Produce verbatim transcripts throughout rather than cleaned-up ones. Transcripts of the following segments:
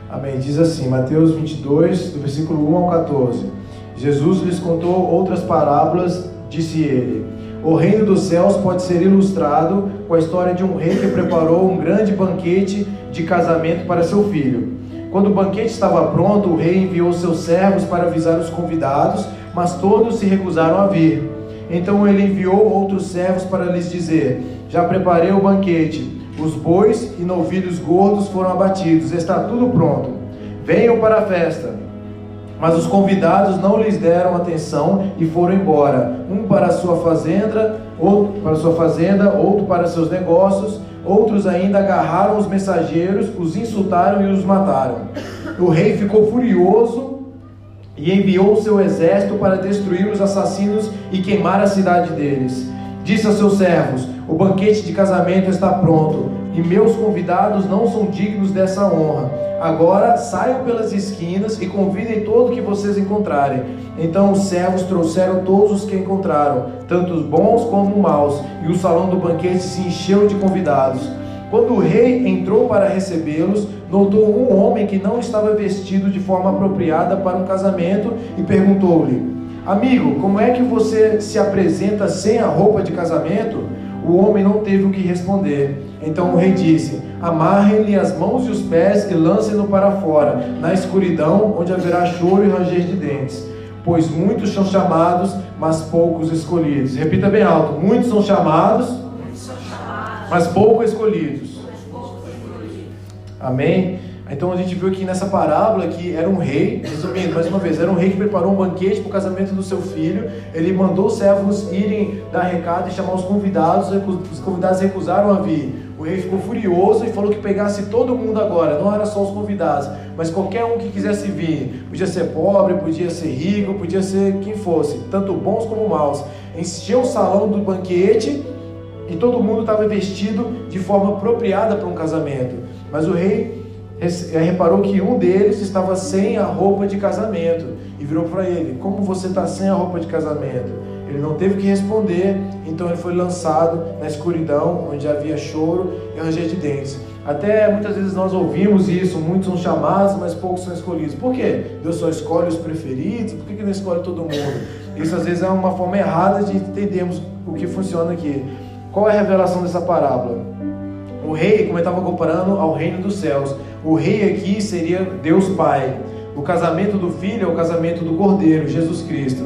Amém. Diz assim, Mateus vinte e dois, do versículo um ao quatorze. Jesus lhes contou outras parábolas, disse ele: o reino dos céus pode ser ilustrado com a história de um rei que preparou um grande banquete de casamento para seu filho. Quando o banquete estava pronto, o rei enviou seus servos para avisar os convidados, mas todos se recusaram a vir. Então ele enviou outros servos para lhes dizer: já preparei o banquete, os bois e novilhos gordos foram abatidos, está tudo pronto, venham para a festa. Mas os convidados não lhes deram atenção e foram embora, um para a sua fazenda, outro para a sua fazenda, outro para seus negócios. Outros ainda agarraram os mensageiros, os insultaram e os mataram. O rei ficou furioso e enviou o seu exército para destruir os assassinos e queimar a cidade deles. Disse a seus servos: o banquete de casamento está pronto e meus convidados não são dignos dessa honra. Agora saiam pelas esquinas e convidem todo o que vocês encontrarem. Então os servos trouxeram todos os que encontraram, tanto os bons como maus, e o salão do banquete se encheu de convidados. Quando o rei entrou para recebê-los, notou um homem que não estava vestido de forma apropriada para um casamento e perguntou-lhe: amigo, como é que você se apresenta sem a roupa de casamento? O homem não teve o que responder. Então o rei disse: amarrem-lhe as mãos e os pés e lancem-no para fora, na escuridão, onde haverá choro e ranger de dentes. Pois muitos são chamados, mas poucos escolhidos. Repita bem alto: muitos são chamados, muitos são chamados mas poucos escolhidos. Amém? Então a gente viu aqui nessa parábola que era um rei, resumindo mais uma vez, era um rei que preparou um banquete para o casamento do seu filho. Ele mandou os servos irem dar recado e chamar os convidados. Os convidados recusaram a vir. O rei ficou furioso e falou que pegasse todo mundo agora, não era só os convidados, mas qualquer um que quisesse vir. Podia ser pobre, podia ser rico, podia ser quem fosse, tanto bons como maus. Encheu o salão do banquete e todo mundo estava vestido de forma apropriada para um casamento. Mas o rei reparou que um deles estava sem a roupa de casamento e virou para ele: como você está sem a roupa de casamento? Ele não teve que responder, então ele foi lançado na escuridão, onde havia choro e ranger de dentes. Até muitas vezes nós ouvimos isso: muitos são chamados, mas poucos são escolhidos. Por quê? Deus só escolhe os preferidos? Por que que não escolhe todo mundo? Isso às vezes é uma forma errada de entendermos o que funciona aqui. Qual é a revelação dessa parábola? O rei, como eu estava comparando ao reino dos céus, o rei aqui seria Deus Pai. O casamento do filho é o casamento do Cordeiro, Jesus Cristo.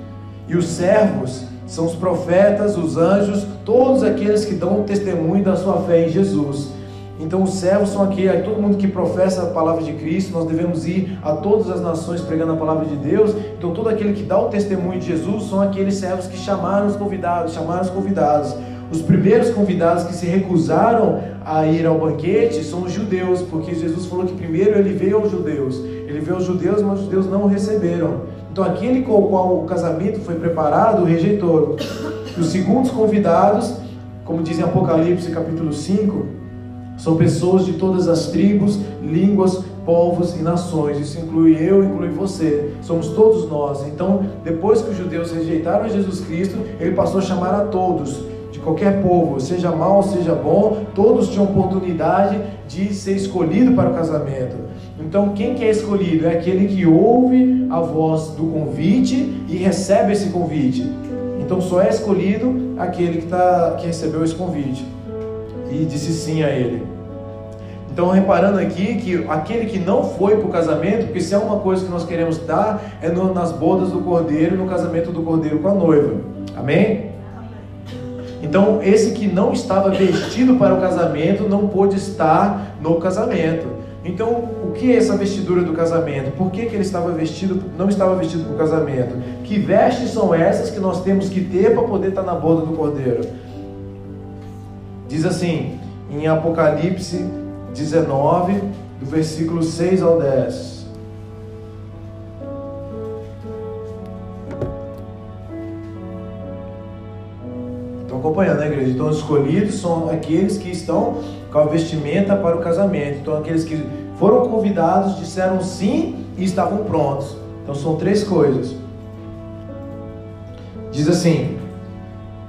E os servos são os profetas, os anjos, todos aqueles que dão testemunho da sua fé em Jesus. Então os servos são aquele, todo mundo que professa a palavra de Cristo. Nós devemos ir a todas as nações pregando a palavra de Deus. Então todo aquele que dá o testemunho de Jesus são aqueles servos que chamaram os convidados, chamaram os convidados. Os primeiros convidados que se recusaram a ir ao banquete são os judeus, porque Jesus falou que primeiro ele veio aos judeus. Ele veio aos judeus, mas os judeus não o receberam. Então aquele com o qual o casamento foi preparado, o rejeitou. Os segundos convidados, como diz em Apocalipse capítulo cinco, são pessoas de todas as tribos, línguas, povos e nações. Isso inclui eu, inclui você. Somos todos nós. Então, depois que os judeus rejeitaram Jesus Cristo, ele passou a chamar a todos, de qualquer povo, seja mau, seja bom, todos tinham oportunidade de ser escolhido para o casamento. Então quem que é escolhido? É aquele que ouve a voz do convite e recebe esse convite. Então só é escolhido aquele que, tá, que recebeu esse convite e disse sim a ele. Então reparando aqui que aquele que não foi para o casamento, porque se é uma coisa que nós queremos dar, é no, nas bodas do Cordeiro, no casamento do Cordeiro com a noiva. Amém? Então esse que não estava vestido para o casamento não pôde estar no casamento. Então o que é essa vestidura do casamento? Por que que ele estava vestido, não estava vestido para o casamento? Que vestes são essas que nós temos que ter para poder estar na boda do Cordeiro? Diz assim em Apocalipse dezenove, do versículo seis ao dez. Acompanhando, né, igreja? Então os escolhidos são aqueles que estão com a vestimenta para o casamento. Então aqueles que foram convidados, disseram sim e estavam prontos. Então são três coisas. Diz assim: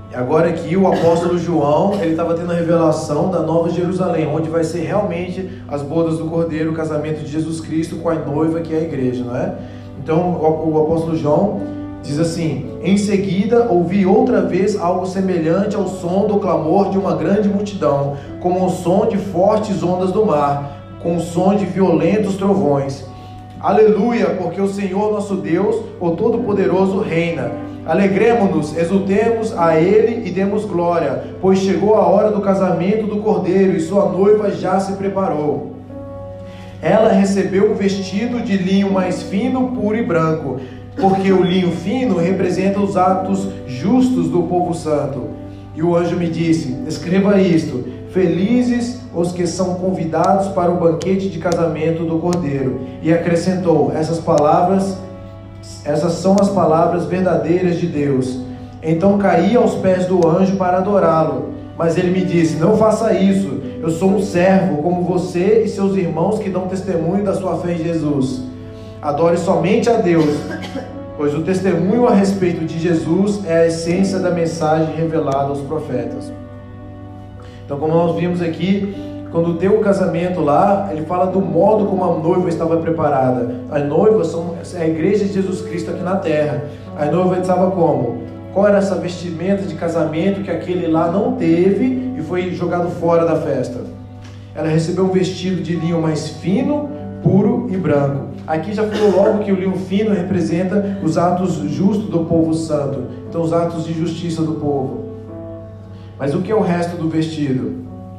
Agora aqui o apóstolo João, ele estava tendo a revelação da Nova Jerusalém, onde vai ser realmente as bodas do Cordeiro, o casamento de Jesus Cristo com a noiva, que é a igreja, não é? Então o, o apóstolo João diz assim: em seguida ouvi outra vez algo semelhante ao som do clamor de uma grande multidão, como o som de fortes ondas do mar, com o som de violentos trovões. Aleluia, porque o Senhor nosso Deus, o Todo-Poderoso, reina. Alegremo-nos, exultemos a Ele e demos glória, pois chegou a hora do casamento do Cordeiro e sua noiva já se preparou. Ela recebeu um vestido de linho mais fino, puro e branco, porque o linho fino representa os atos justos do povo santo. E o anjo me disse: escreva isto: felizes os que são convidados para o banquete de casamento do Cordeiro. E acrescentou: essas palavras, essas são as palavras verdadeiras de Deus. Então caí aos pés do anjo para adorá-lo. Mas ele me disse: não faça isso, eu sou um servo como você e seus irmãos que dão testemunho da sua fé em Jesus. Adore somente a Deus, pois o testemunho a respeito de Jesus é a essência da mensagem revelada aos profetas. Então, como nós vimos aqui, quando tem o casamento lá, ele fala do modo como a noiva estava preparada. As noivas são a igreja de Jesus Cristo aqui na terra. A noiva estava como? Qual era essa vestimenta de casamento que aquele lá não teve e foi jogado fora da festa? Ela recebeu um vestido de linho mais fino, puro e branco. Aqui já falou logo que o linho fino representa os atos justos do povo santo, então os atos de justiça do povo. Mas o que é o resto do vestido?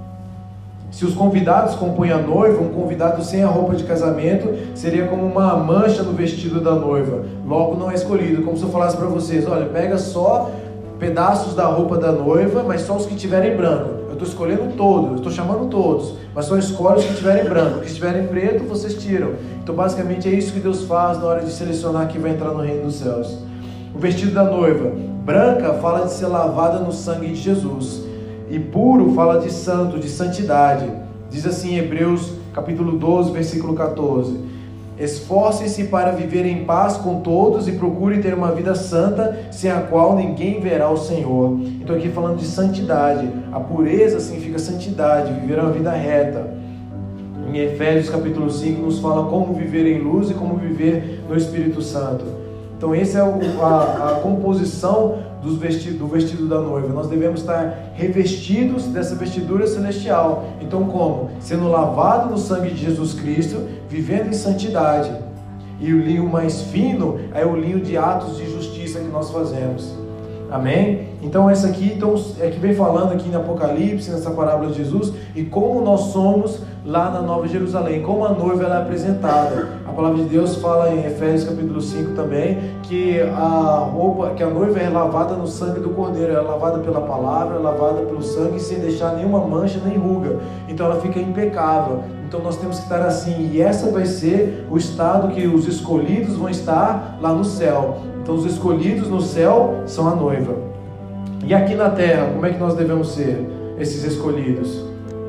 Se os convidados compõem a noiva, um convidado sem a roupa de casamento seria como uma mancha no vestido da noiva, logo não é escolhido. Como se eu falasse para vocês: olha, pega só pedaços da roupa da noiva, mas só os que tiverem branco. Eu estou escolhendo todos, eu estou chamando todos, mas só escolhe os que tiverem branco. Os que estiverem preto, vocês tiram. Então basicamente é isso que Deus faz na hora de selecionar quem vai entrar no reino dos céus. O vestido da noiva branca fala de ser lavada no sangue de Jesus, e puro fala de santo, de santidade. Diz assim em Hebreus capítulo doze, versículo quatorze: esforcem-se para viver em paz com todos e procurem ter uma vida santa, sem a qual ninguém verá o Senhor. Então aqui falando de santidade. A pureza significa santidade, viver uma vida reta. Em Efésios capítulo cinco nos fala como viver em luz e como viver no Espírito Santo. Então essa é o, a, a composição dos vestido, do vestido da noiva. Nós devemos estar revestidos dessa vestidura celestial. Então como? Sendo lavado no sangue de Jesus Cristo, vivendo em santidade. E o linho mais fino é o linho de atos de justiça que nós fazemos. Amém? Então essa aqui então, é que vem falando aqui em Apocalipse, nessa parábola de Jesus, e como nós somos lá na Nova Jerusalém, como a noiva ela é apresentada. A palavra de Deus fala em Efésios capítulo cinco também, que a roupa, que a noiva é lavada no sangue do Cordeiro, é lavada pela palavra, é lavada pelo sangue, sem deixar nenhuma mancha nem ruga. Então ela fica impecável. Então nós temos que estar assim, e essa vai ser o estado que os escolhidos vão estar lá no céu. Então os escolhidos no céu são a noiva. E aqui na terra, como é que nós devemos ser esses escolhidos?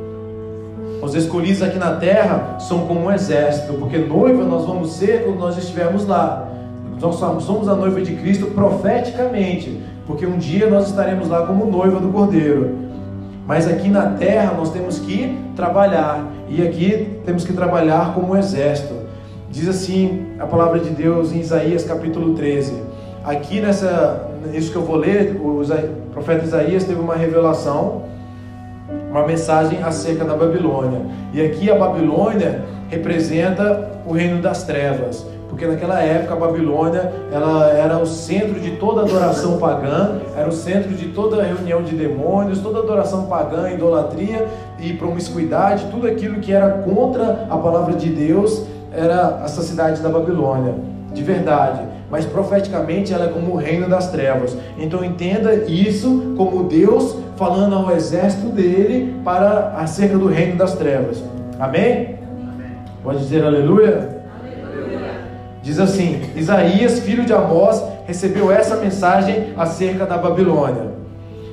Os escolhidos aqui na terra são como um exército, porque noiva nós vamos ser quando nós estivermos lá. Nós somos a noiva de Cristo profeticamente, porque um dia nós estaremos lá como noiva do Cordeiro. Mas aqui na terra nós temos que trabalhar, e aqui temos que trabalhar como um exército. Diz assim a palavra de Deus em Isaías capítulo treze. Aqui nessa, isso que eu vou ler, o profeta Isaías teve uma revelação, uma mensagem acerca da Babilônia. E aqui a Babilônia representa o reino das trevas, porque naquela época a Babilônia ela era o centro de toda adoração pagã, era o centro de toda reunião de demônios, toda adoração pagã, idolatria e promiscuidade, tudo aquilo que era contra a palavra de Deus era essa cidade da Babilônia, de verdade. Mas profeticamente ela é como o reino das trevas. Então entenda isso como Deus falando ao exército dele para acerca do reino das trevas. Amém? Amém. Pode dizer aleluia? Aleluia. Diz assim: Isaías, filho de Amós, recebeu essa mensagem acerca da Babilônia.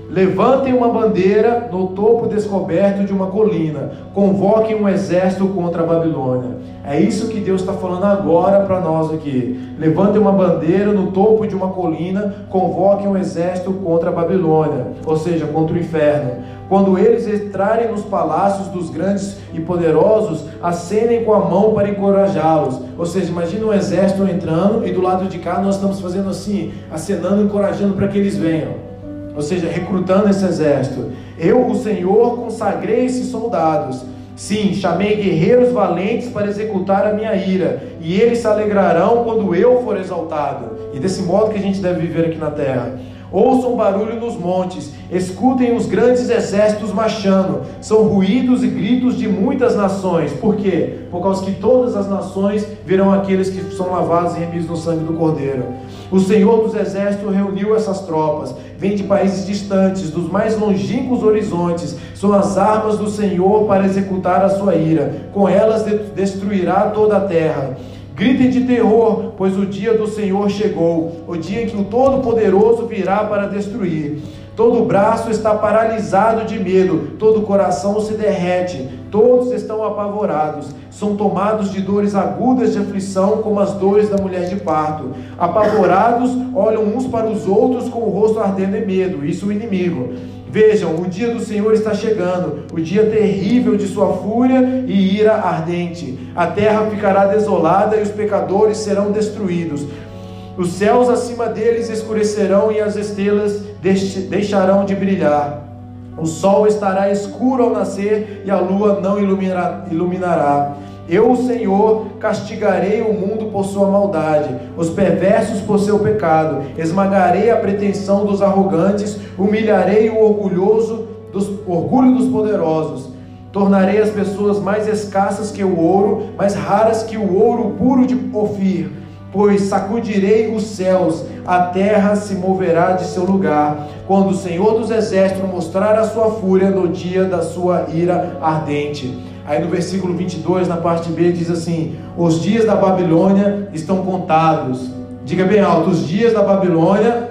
levantem uma bandeira no topo descoberto de uma colina, convoquem um exército contra a Babilônia. É isso que Deus está falando agora para nós aqui. Levantem uma bandeira no topo de uma colina, convoquem um exército contra a Babilônia, ou seja, contra o inferno. Quando eles entrarem nos palácios dos grandes e poderosos, acenem com a mão para encorajá-los. Ou seja, imagina um exército entrando e do lado de cá nós estamos fazendo assim, acenando, encorajando para que eles venham. Ou seja, recrutando esse exército. Eu, o Senhor, consagrei esses soldados. Sim, chamei guerreiros valentes para executar a minha ira, e eles se alegrarão quando eu for exaltado. E desse modo que a gente deve viver aqui na terra. Ouçam barulho nos montes, escutem os grandes exércitos marchando. São ruídos e gritos de muitas nações. Por quê? Por causa que todas as nações verão aqueles que são lavados e remidos no sangue do Cordeiro. O Senhor dos exércitos reuniu essas tropas. Vêm de países distantes, dos mais longínquos horizontes. São as armas do Senhor para executar a sua ira. Com elas destruirá toda a terra. Gritem de terror, pois o dia do Senhor chegou, o dia em que o Todo-Poderoso virá para destruir. Todo o braço está paralisado de medo, todo o coração se derrete, todos estão apavorados, são tomados de dores agudas de aflição, como as dores da mulher de parto. Apavorados, olham uns para os outros com o rosto ardendo em medo, isso o inimigo. Vejam, o dia do Senhor está chegando, o dia terrível de sua fúria e ira ardente. A terra ficará desolada e os pecadores serão destruídos. Os céus acima deles escurecerão e as estrelas deixarão de brilhar. O sol estará escuro ao nascer e a lua não iluminará. Eu, o Senhor, castigarei o mundo por sua maldade, os perversos por seu pecado, esmagarei a pretensão dos arrogantes, humilharei o orgulhoso dos, orgulho dos poderosos. Tornarei as pessoas mais escassas que o ouro, mais raras que o ouro puro de Ofir, pois sacudirei os céus, a terra se moverá de seu lugar, quando o Senhor dos exércitos mostrar a sua fúria no dia da sua ira ardente. Aí no versículo vinte e dois, na parte B, diz assim: os dias da Babilônia estão contados. Diga bem alto: os dias da Babilônia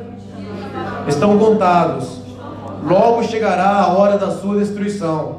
estão contados. Logo chegará a hora da sua destruição.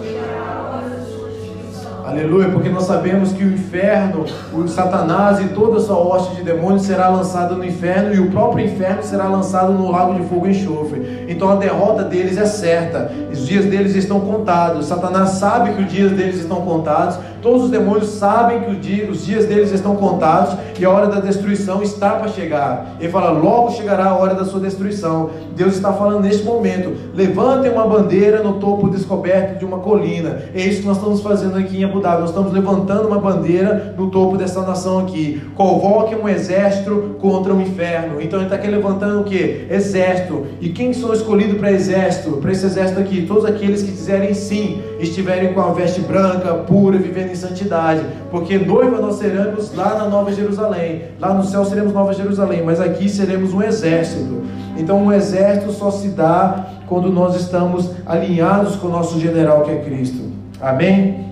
Aleluia, porque nós sabemos que o inferno, o Satanás e toda a sua hoste de demônios será lançada no inferno, e o próprio inferno será lançado no lago de fogo e enxofre. Então a derrota deles é certa, os dias deles estão contados. Satanás sabe que os dias deles estão contados, todos os demônios sabem que os dias deles estão contados, e a hora da destruição está para chegar. Ele fala: logo chegará a hora da sua destruição. Deus está falando neste momento: levantem uma bandeira no topo descoberto de uma colina. É isso que nós estamos fazendo aqui em Abu Dhabi. Nós estamos levantando uma bandeira no topo dessa nação aqui. Convoquem um exército contra o inferno. Então ele está aqui levantando o que? Exército. E quem são escolhidos para exército? Para esse exército aqui? Todos aqueles que dizerem sim, estiverem com a veste branca, pura, vivendo em santidade. Porque noiva nós seremos lá na Nova Jerusalém. Lá no céu seremos Nova Jerusalém, mas aqui seremos um exército. Então um exército só se dá quando nós estamos alinhados com o nosso general, que é Cristo. Amém?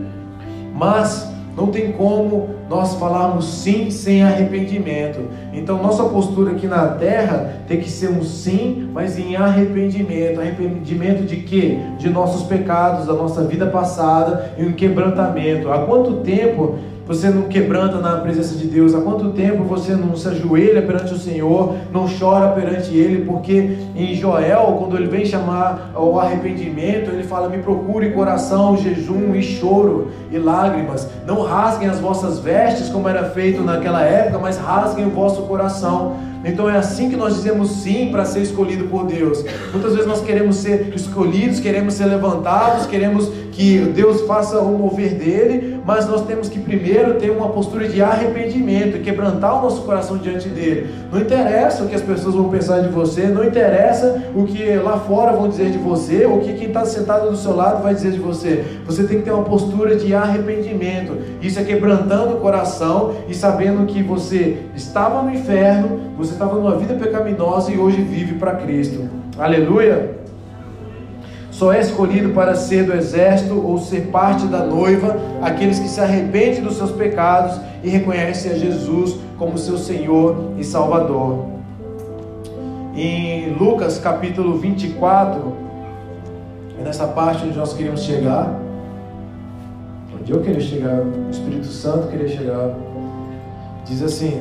Mas não tem como nós falarmos sim sem arrependimento. Então nossa postura aqui na terra tem que ser um sim, mas em arrependimento. Arrependimento de quê? De nossos pecados, da nossa vida passada, e um quebrantamento. Há quanto tempo você não quebranta na presença de Deus? Há quanto tempo você não se ajoelha perante o Senhor, não chora perante Ele? Porque em Joel, quando ele vem chamar ao arrependimento, ele fala: me procure coração, jejum e choro e lágrimas. Não rasguem as vossas vestes como era feito naquela época, mas rasguem o vosso coração. Então é assim que nós dizemos sim para ser escolhido por Deus. Muitas vezes nós queremos ser escolhidos, queremos ser levantados, queremos que Deus faça o mover dele, mas nós temos que primeiro ter uma postura de arrependimento e quebrantar o nosso coração diante dele. Não interessa o que as pessoas vão pensar de você, não interessa o que lá fora vão dizer de você, ou o que quem está sentado do seu lado vai dizer de você. Você tem que ter uma postura de arrependimento. Isso é quebrantando o coração e sabendo que você estava no inferno, você estava numa vida pecaminosa e hoje vive para Cristo. Aleluia! Só é escolhido para ser do exército ou ser parte da noiva aqueles que se arrependem dos seus pecados e reconhecem a Jesus como seu Senhor e Salvador. em Lucas capítulo vinte e quatro, é nessa parte onde nós queríamos chegar, onde eu queria chegar, o Espírito Santo queria chegar. Diz assim,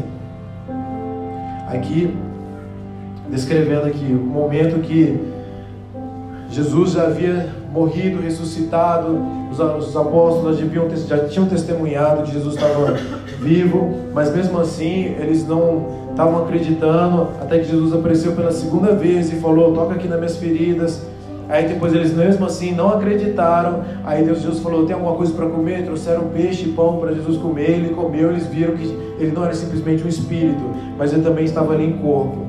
aqui, descrevendo aqui o momento que Jesus já havia morrido, ressuscitado, os, os apóstolos já, deviam, já tinham testemunhado que Jesus estava vivo, mas mesmo assim eles não estavam acreditando, até que Jesus apareceu pela segunda vez e falou: toca aqui nas minhas feridas. Aí depois eles mesmo assim não acreditaram. Aí Deus, Jesus falou: tem alguma coisa para comer? Trouxeram peixe e pão para Jesus comer. Ele comeu, eles viram que ele não era simplesmente um espírito, mas ele também estava ali em corpo.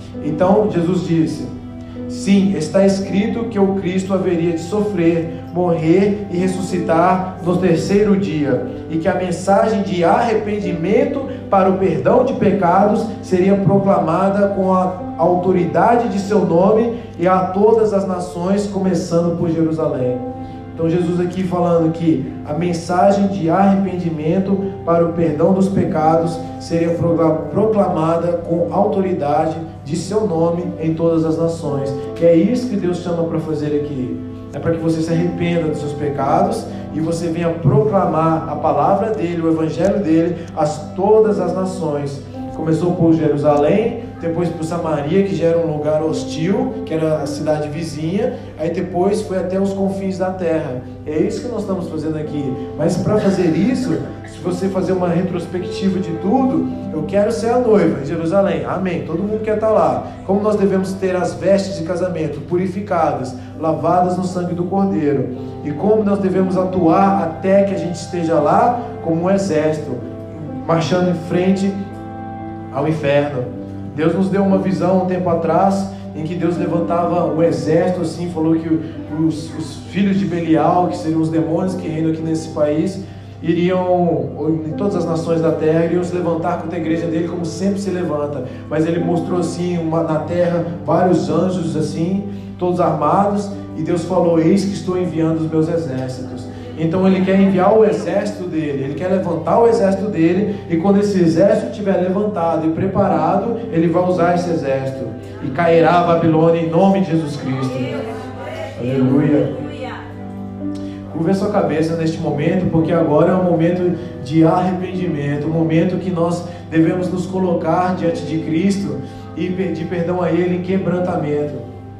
Então Jesus disse: sim, está escrito que o Cristo haveria de sofrer, morrer e ressuscitar no terceiro dia, e que a mensagem de arrependimento para o perdão de pecados seria proclamada com a autoridade de seu nome e a todas as nações, começando por Jerusalém. Então Jesus aqui falando que a mensagem de arrependimento para o perdão dos pecados seria proclamada com autoridade de seu nome em todas as nações. E é isso que Deus chama para fazer aqui. É para que você se arrependa dos seus pecados e você venha proclamar a palavra dele, o evangelho dele, a todas as nações. Começou por Jerusalém, depois por Samaria, que já era um lugar hostil, que era a cidade vizinha, aí depois foi até os confins da terra. É isso que nós estamos fazendo aqui. Mas para fazer isso, se você fazer uma retrospectiva de tudo, eu quero ser a noiva em Jerusalém, amém, todo mundo quer estar lá. Como nós devemos ter as vestes de casamento purificadas, lavadas no sangue do Cordeiro, e como nós devemos atuar até que a gente esteja lá como um exército, marchando em frente ao inferno. Deus nos deu uma visão um tempo atrás, em que Deus levantava um exército assim, falou que os, os filhos de Belial, que seriam os demônios que reinam aqui nesse país, iriam, em todas as nações da terra, iriam se levantar contra a igreja dele, como sempre se levanta. Mas ele mostrou assim, uma, na terra, vários anjos assim, todos armados, e Deus falou: eis que estou enviando os meus exércitos. Então ele quer enviar o exército dele, ele quer levantar o exército dele, e quando esse exército estiver levantado e preparado, ele vai usar esse exército, e cairá a Babilônia em nome de Jesus Cristo. Aleluia. Curva a sua cabeça neste momento, porque agora é um momento de arrependimento, um momento que nós devemos nos colocar diante de Cristo e pedir perdão a Ele em quebrantamento.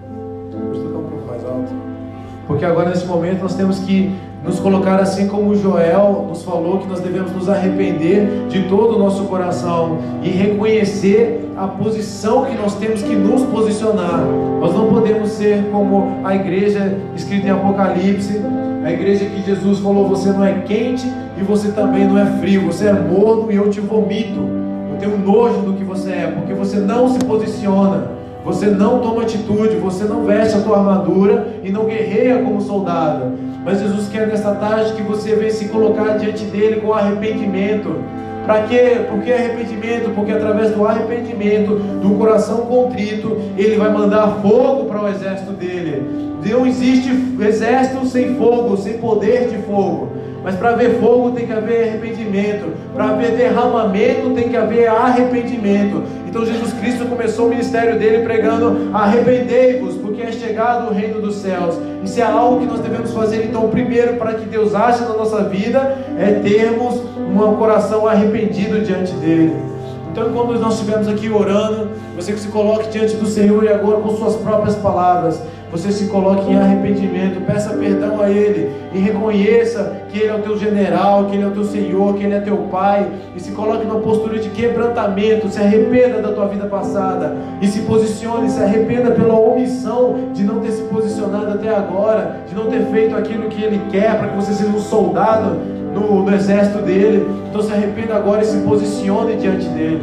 Vou tocar um pouco mais alto. Porque agora nesse momento nós temos que nos colocar assim como Joel nos falou, que nós devemos nos arrepender de todo o nosso coração e reconhecer a posição que nós temos que nos posicionar. Nós não podemos ser como a igreja escrita em Apocalipse, a igreja que Jesus falou: você não é quente e você também não é frio, você é morno e eu te vomito. Eu tenho nojo do que você é, porque você não se posiciona, você não toma atitude, você não veste a tua armadura e não guerreia como soldado. Mas Jesus quer nesta tarde que você venha se colocar diante dele com arrependimento. Para quê? Por que arrependimento? Porque através do arrependimento, do coração contrito, ele vai mandar fogo para o exército dele. Não existe exército sem fogo, sem poder de fogo. Mas para haver fogo tem que haver arrependimento. Para haver derramamento tem que haver arrependimento. Então Jesus Cristo começou o ministério dele pregando: arrependei-vos, porque é chegado o reino dos céus. Isso é algo que nós devemos fazer. Então, primeiro, para que Deus age na nossa vida, é termos um coração arrependido diante dele. Então, quando nós estivermos aqui orando, você que se coloque diante do Senhor e agora com suas próprias palavras, você se coloque em arrependimento, peça perdão a Ele e reconheça que Ele é o teu general, que Ele é o teu Senhor, que Ele é teu Pai, e se coloque numa postura de quebrantamento. Se arrependa da tua vida passada e se posicione, se arrependa pela omissão de não ter se posicionado até agora, de não ter feito aquilo que Ele quer para que você seja um soldado no, no exército dele. Então se arrependa agora e se posicione diante dele.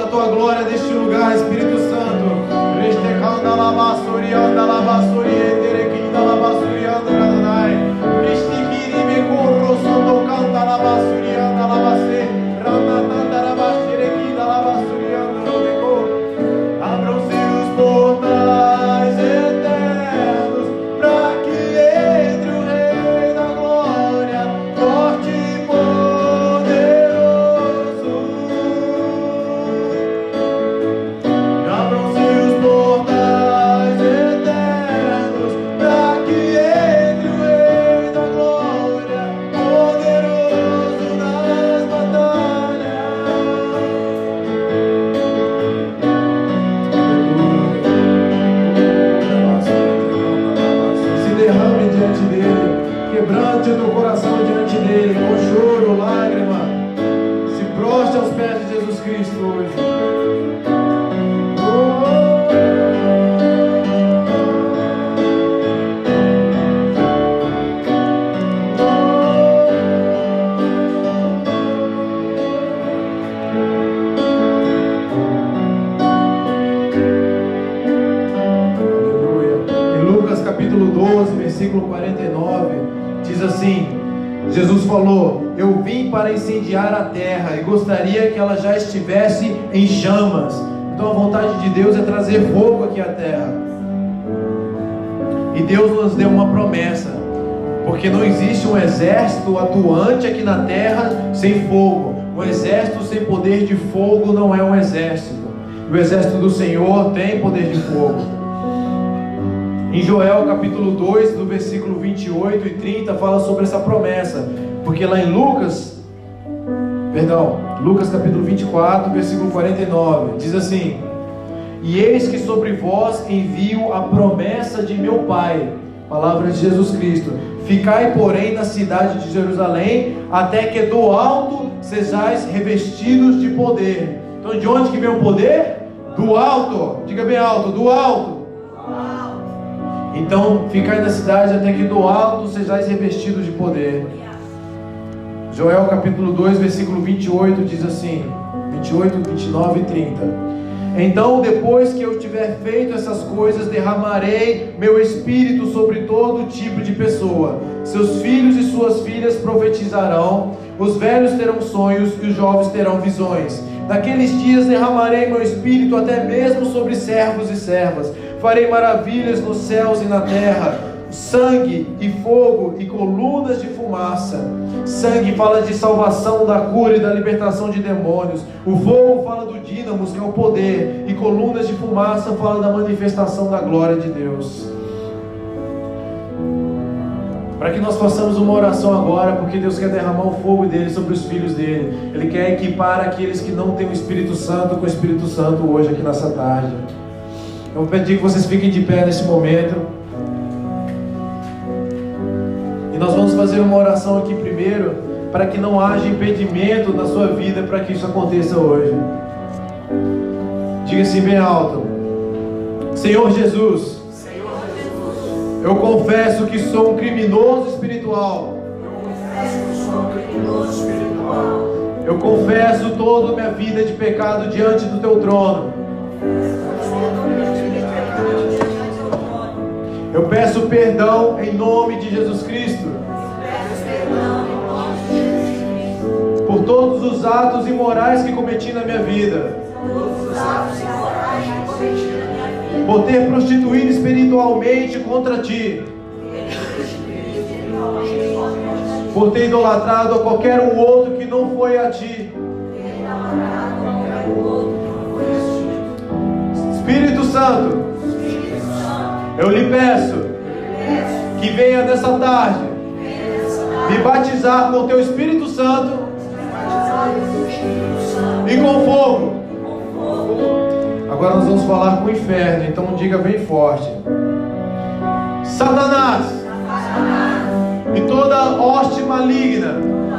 tua glória neste lugar, Espírito Santo. Restecanda lavassorianda lavassorienderequinda lavassorianda radonai. Ristikirime corro sondocanda lavassorianda lavasse. Ramatanda lavaxerequinda lavassorianda rodeco. Abram-se os portais eternos para que entre o Rei da Glória, forte e poderoso. Abram-se os portais eternos para que entre o Rei da Glória, poderoso nas batalhas. Se derrame diante dele, quebrante o teu coração diante dele, com choro, lágrima. Se prostre aos pés de Jesus Cristo hoje. Aleluia. Em Lucas capítulo doze, versículo quarenta e nove, diz assim: Jesus falou: eu vim para incendiar a terra e gostaria que ela já estivesse em chamas. Então a vontade de Deus é trazer fogo aqui à terra. E Deus nos deu uma promessa, porque não existe um exército atuante aqui na terra sem fogo. Um exército sem poder de fogo não é um exército. O exército do Senhor tem poder de fogo. Em Joel capítulo dois, do versículo vinte e oito e trinta, fala sobre essa promessa. Porque lá em Lucas, perdão, Lucas capítulo vinte e quatro, versículo quarenta e nove, diz assim: e eis que sobre vós envio a promessa de meu Pai, palavra de Jesus Cristo. Ficai, porém, na cidade de Jerusalém, até que do alto sejais revestidos de poder. Então de onde que vem o poder? Do alto. Diga bem alto, do alto. Então, ficai na cidade até que do alto sejais revestidos de poder. Joel capítulo dois, versículo vinte e oito diz assim, vinte e oito, vinte e nove e trinta: então, depois que eu tiver feito essas coisas, derramarei meu espírito sobre todo tipo de pessoa. Seus filhos e suas filhas profetizarão, os velhos terão sonhos e os jovens terão visões. Naqueles dias derramarei meu espírito até mesmo sobre servos e servas. Farei maravilhas nos céus e na terra, sangue e fogo e colunas de fumaça. Sangue fala de salvação, da cura e da libertação de demônios. O fogo fala do dínamos, que é o poder. E colunas de fumaça fala da manifestação da glória de Deus. Para que nós façamos uma oração agora, porque Deus quer derramar o fogo dele sobre os filhos dele. Ele quer equipar aqueles que não têm o Espírito Santo com o Espírito Santo hoje aqui nessa tarde. Eu vou pedir que vocês fiquem de pé nesse momento. E nós vamos fazer uma oração aqui primeiro, para que não haja impedimento na sua vida para que isso aconteça hoje. Diga assim bem alto: Senhor Jesus, Senhor Jesus, eu confesso que sou um criminoso espiritual. eu confesso que sou um criminoso espiritual. Eu confesso toda a minha vida de pecado diante do teu trono. Eu peço perdão em nome de Jesus Cristo por todos os atos imorais que cometi na minha vida, por ter prostituído espiritualmente contra ti, por ter idolatrado a qualquer um outro que não foi a ti. Espírito Santo, eu lhe peço que venha nessa tarde me batizar com teu Espírito Santo e com fogo. Agora nós vamos falar com o inferno, então diga bem forte: Satanás e toda hoste maligna,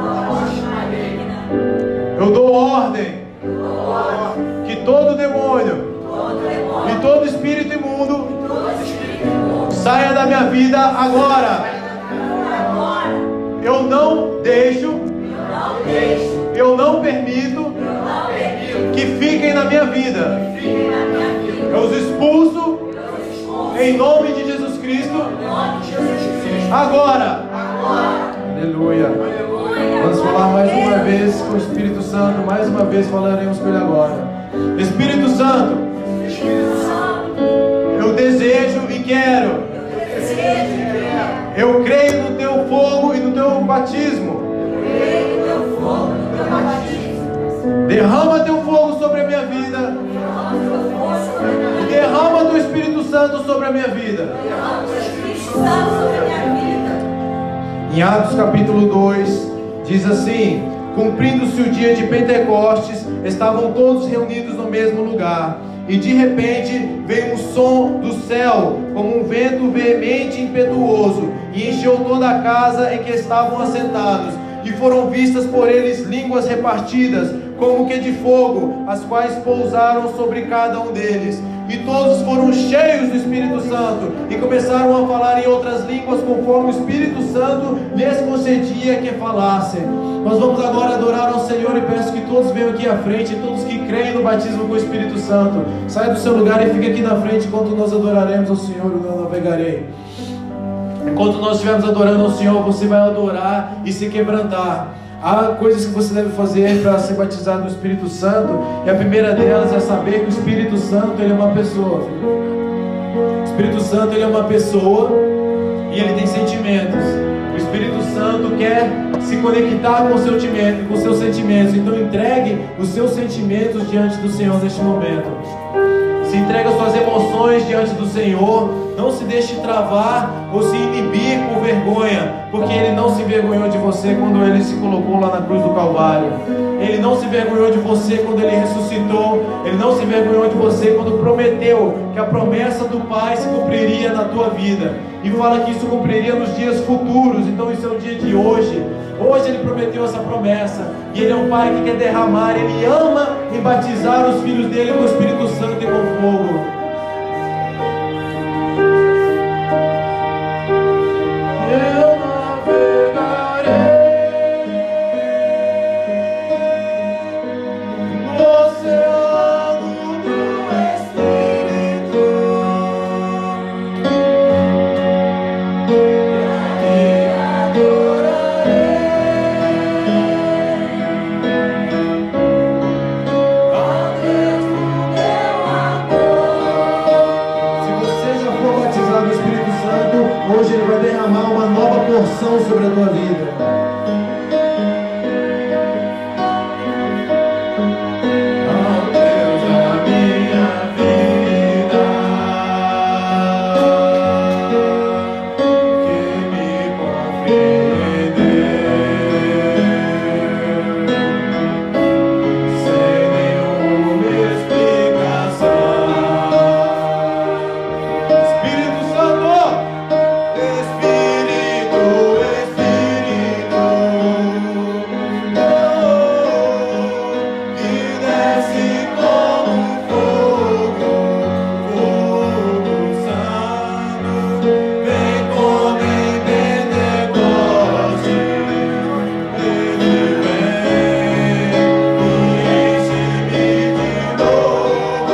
eu dou ordem que todo demônio e todo espírito imundo saia da minha vida agora. Eu não deixo, eu não permito que que fiquem na minha vida. Eu os expulso em nome de Jesus Cristo. Agora. Aleluia. Vamos falar mais uma vez com o Espírito Santo. Mais uma vez falaremos com ele agora. Espírito Santo, eu desejo e quero. Eu creio no teu fogo e no teu batismo. Derrama teu fogo sobre a minha vida. Derrama teu Espírito Santo sobre a minha vida. Em Atos capítulo dois, diz assim: cumprindo-se o dia de Pentecostes, estavam todos reunidos no mesmo lugar. E de repente veio um som do céu, como um vento veemente e impetuoso, e encheu toda a casa em que estavam assentados. E foram vistas por eles línguas repartidas, como que de fogo, as quais pousaram sobre cada um deles. E todos foram cheios do Espírito Santo, e começaram a falar em outras línguas, conforme o Espírito Santo lhes concedia que falassem. Nós vamos agora adorar ao Senhor, e peço que todos venham aqui à frente, todos que creem no batismo com o Espírito Santo. Sai do seu lugar e fique aqui na frente, enquanto nós adoraremos ao Senhor, e eu navegarei. Enquanto nós estivermos adorando ao Senhor, você vai adorar e se quebrantar. Há coisas que você deve fazer para ser batizado no Espírito Santo, e a primeira delas é saber que o Espírito Santo, ele é uma pessoa. O Espírito Santo, ele é uma pessoa e ele tem sentimentos. O Espírito Santo quer se conectar com, seu, com seus sentimentos. Então entregue os seus sentimentos diante do Senhor neste momento. Se entregue as suas emoções diante do Senhor. Não se deixe travar ou se inibir por vergonha, porque Ele não se envergonhou de você quando Ele se colocou lá na cruz do Calvário. Ele não se envergonhou de você quando Ele ressuscitou. Ele não se envergonhou de você quando prometeu que a promessa do Pai se cumpriria na tua vida. E fala que isso cumpriria nos dias futuros. Então isso é o dia de hoje. Hoje Ele prometeu essa promessa. E Ele é um Pai que quer derramar. Ele ama e batizar os filhos dEle com o Espírito Santo e com fogo. Eu navegarei no oceano do Espírito e adorarei a Deus do meu amor. Se você já for batizado no Espírito Santo, hoje Ele vai derramar uma nova porção sobre a tua vida. Oh Deus da minha vida, que me compreendeu sem nenhuma explicação. Espírito Santo, Espírito, Espírito, oh, que desce como fogo, fogo santo, vem como em Pentecoste. Ele vem e enche-me de novo.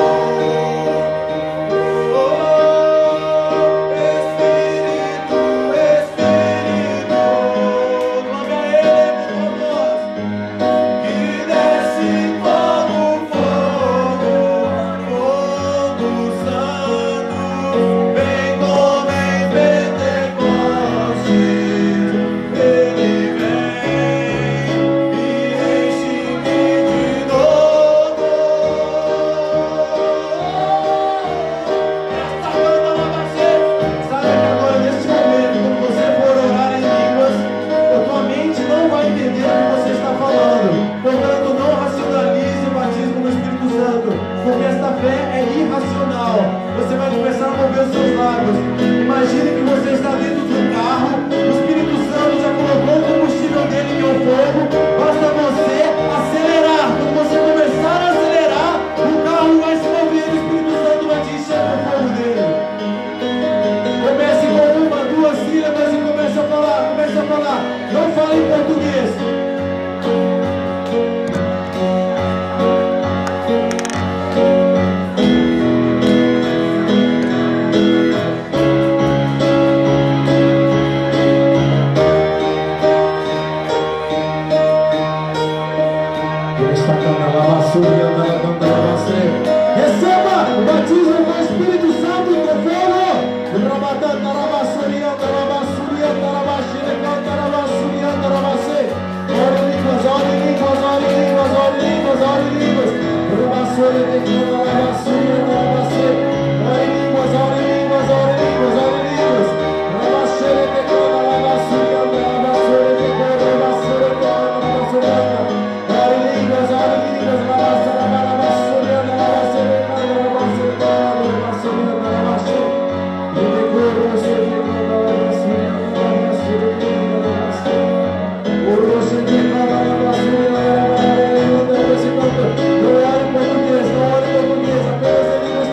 Oh, Espírito, Espírito, clame a Ele por nós, que desce como fogo, fogo santo, vem como em Pentecoste. Ele vem e enche-me de novo. Esta banda não vai ser. Sabe que agora, neste momento, quando você for orar em línguas, a tua mente não vai entender o que você está falando. Portanto, não racionalize o batismo no Espírito Santo, porque esta fé é irracional. Você vai começar a mover os seus lábios. Imagine que você está dentro de um carro, o Espírito Santo já colocou o combustível dele, que é o fogo. Basta você acelerar. Quando você começar a acelerar, o carro vai se mover, o Espírito Santo vai te encher com o fogo dele. Comece com uma, duas sílabas e comece a falar, comece a falar. Não fale em português. Não olhe em português, não olhe em português, apenas em línguas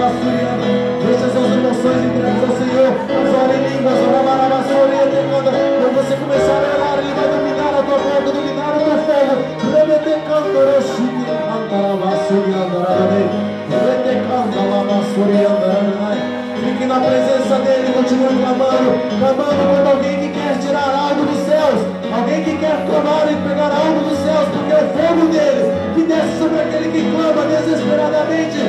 Deixa as suas emoções entregues ao Senhor. Mas ora em línguas, quando você começar a orar, Ele vai dominar a tua boca, dominar o teu fogo. Rebete canto, roxinho, andara vassouri, andara dai. Rebete canto, la vassouri, andara dai. Fique na presença dEle, continue clamando, clamando como alguém que quer tirar algo dos céus, alguém que quer tomar e pegar algo dos céus, porque é o fogo dEle que desce sobre aquele que clama desesperadamente.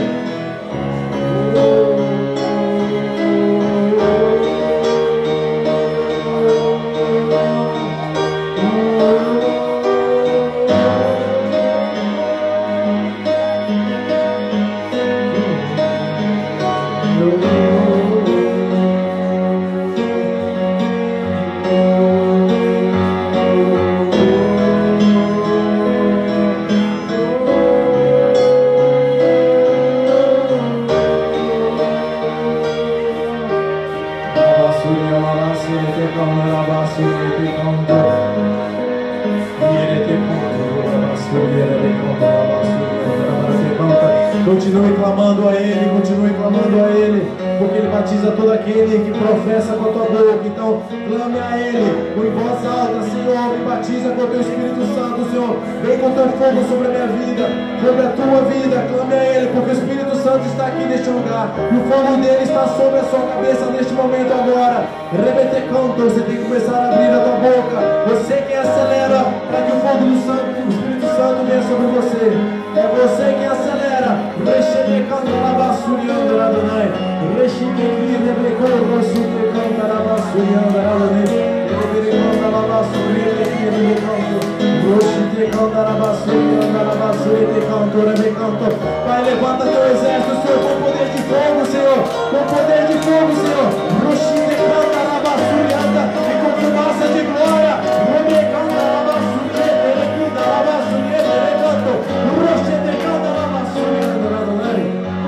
Continue clamando a Ele, continue clamando a Ele, porque Ele batiza todo aquele que professa com a tua boca. Então clame a Ele em voz alta: Senhor, me batiza com o teu Espírito Santo, Senhor, vem com o teu fogo sobre a minha vida, sobre a tua vida. Clame a Ele, porque o Espírito Santo está aqui neste lugar, e o fogo dele está sobre a sua cabeça neste momento agora. Rebete canto, você tem que começar a abrir a tua boca, você que acelera para que o fogo do Santo, o Espírito Santo venha sobre você. É você quem acelera. Rechete canta la basurianda la donai. Rechete vide becou rosuke canta la basurianda la donai. Ele canta la basurianda vide canto. Rechete canta la basurianda la basurianda canto le canto. Pai, levanta teu exército, Senhor, com poder de fogo, Senhor, com poder de fogo, Senhor. Rechete canta la basurianda e com fumaça de glória. Rechete canta la basurianda, ele canta la basurianda, ele canto. Rechete canta la basurianda la donai.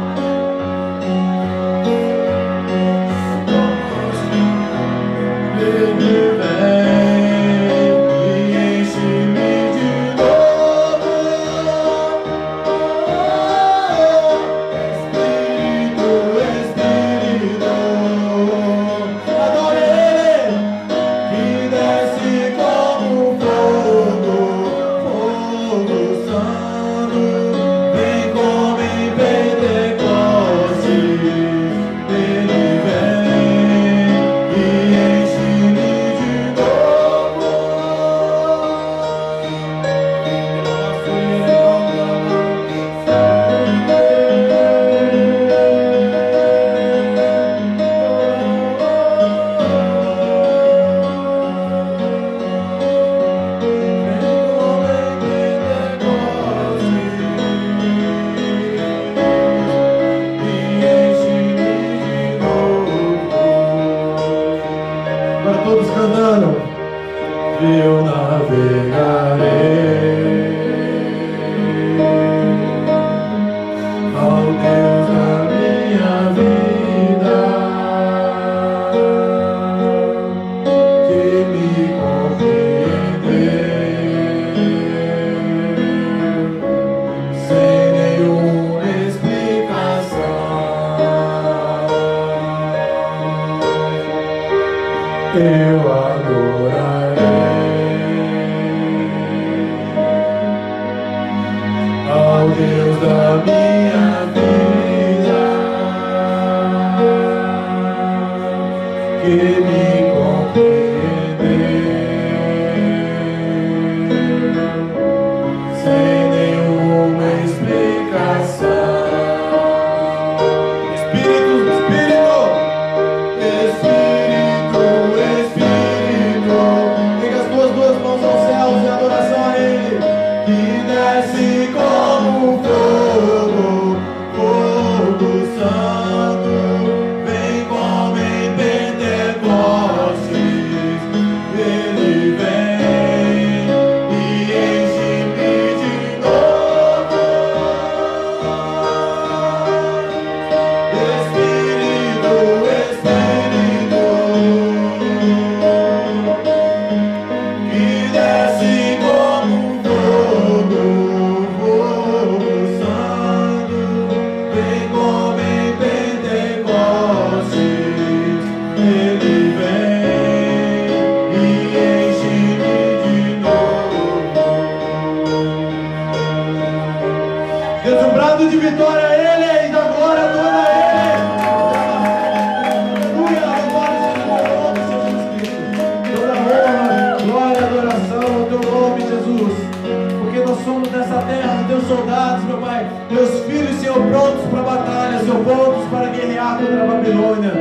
Eu navegarei ao Deus da minha vida, que me compreendeu sem nenhuma explicação. Eu adorarei ao Deus da minha vida, que me compreendeu sem nenhuma explicação. Espírito, Espírito, Espírito, Espírito, liga as tuas duas mãos aos céus em adoração a Ele, que desce como fogo. soldados, meu Pai, teus filhos, Senhor, prontos para a batalha, Senhor, prontos para guerrear contra a Babilônia.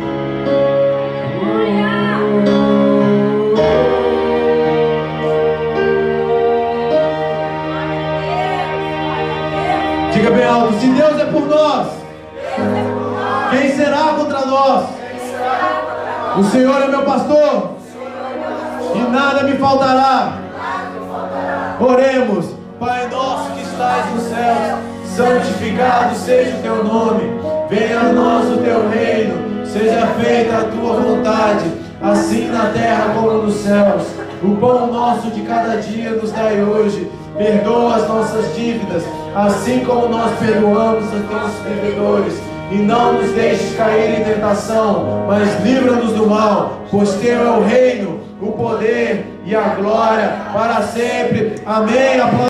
Diga bem alto: se Deus é por nós, quem será contra nós? O Senhor é meu pastor e nada me faltará. Oremos. Pai nosso que estás nos céus, santificado seja o teu nome. Venha a nós o teu reino, seja feita a tua vontade, assim na terra como nos céus. O pão nosso de cada dia nos dai hoje. Perdoa as nossas dívidas, assim como nós perdoamos os nossos devedores. E não nos deixes cair em tentação, mas livra-nos do mal, pois teu é o reino, o poder e a glória para sempre. Amém.